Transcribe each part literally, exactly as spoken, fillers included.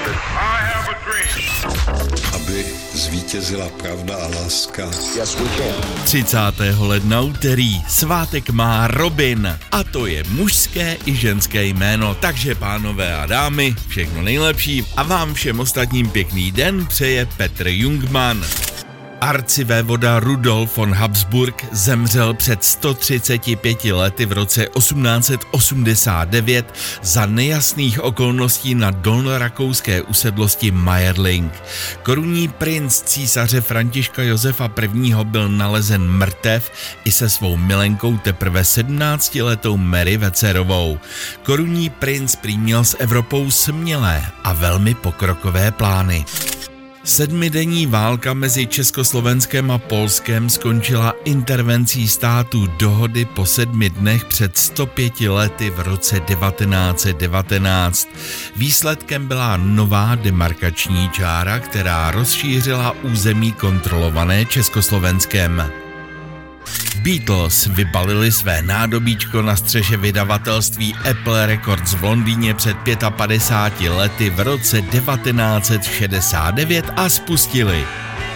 London. I have a dream. Aby zvítězila pravda a láska. Yes, we can. třicátého ledna úterý svátek má Robin a to je mužské i ženské jméno, takže pánové a dámy, všechno nejlepší a vám všem ostatním pěkný den přeje Petr Jungmann. Arcivévoda Rudolf von Habsburg zemřel před sto třiceti pěti lety v roce osmnáct set osmdesát devět za nejasných okolností na dolnorakouské usedlosti Mayerling. Korunní princ císaře Františka Josefa I. byl nalezen mrtev i se svou milenkou teprve sedmnáctiletou Mary Vecerovou. Korunní princ prý měl s Evropou smělé a velmi pokrokové plány. Sedmidenní válka mezi Československem a Polskem skončila intervencí států dohody po sedmi dnech před sto pěti lety v roce devatenáct set devatenáct. Výsledkem byla nová demarkační čára, která rozšířila území kontrolované Československem. Beatles vybalili své nádobíčko na střeše vydavatelství Apple Records v Londýně před padesáti pěti lety v roce devatenáct set šedesát devět a spustili.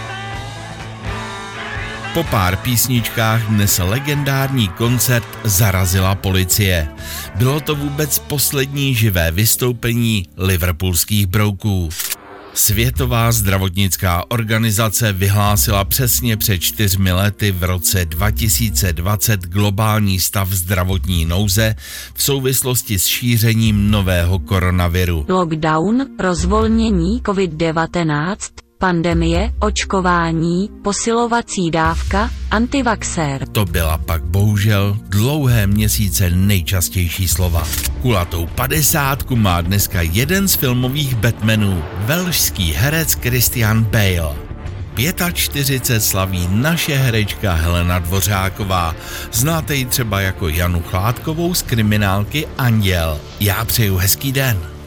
Po pár písničkách dnes legendární koncert zarazila policie. Bylo to vůbec poslední živé vystoupení liverpoolských brouků. Světová zdravotnická organizace vyhlásila přesně před čtyřmi lety v roce dva tisíce dvacet globální stav zdravotní nouze v souvislosti s šířením nového koronaviru. Lockdown, rozvolnění covid devatenáct, pandemie, očkování, posilovací dávka, antivaxér. To byla pak bohužel dlouhé měsíce nejčastější slova. Kulatou padesátku má dneska jeden z filmových Batmanů, velšský herec Christian Bale. čtyřicet pět slaví naše herečka Helena Dvořáková. Znáte ji třeba jako Janu Chládkovou z kriminálky Anděl. Já přeju hezký den.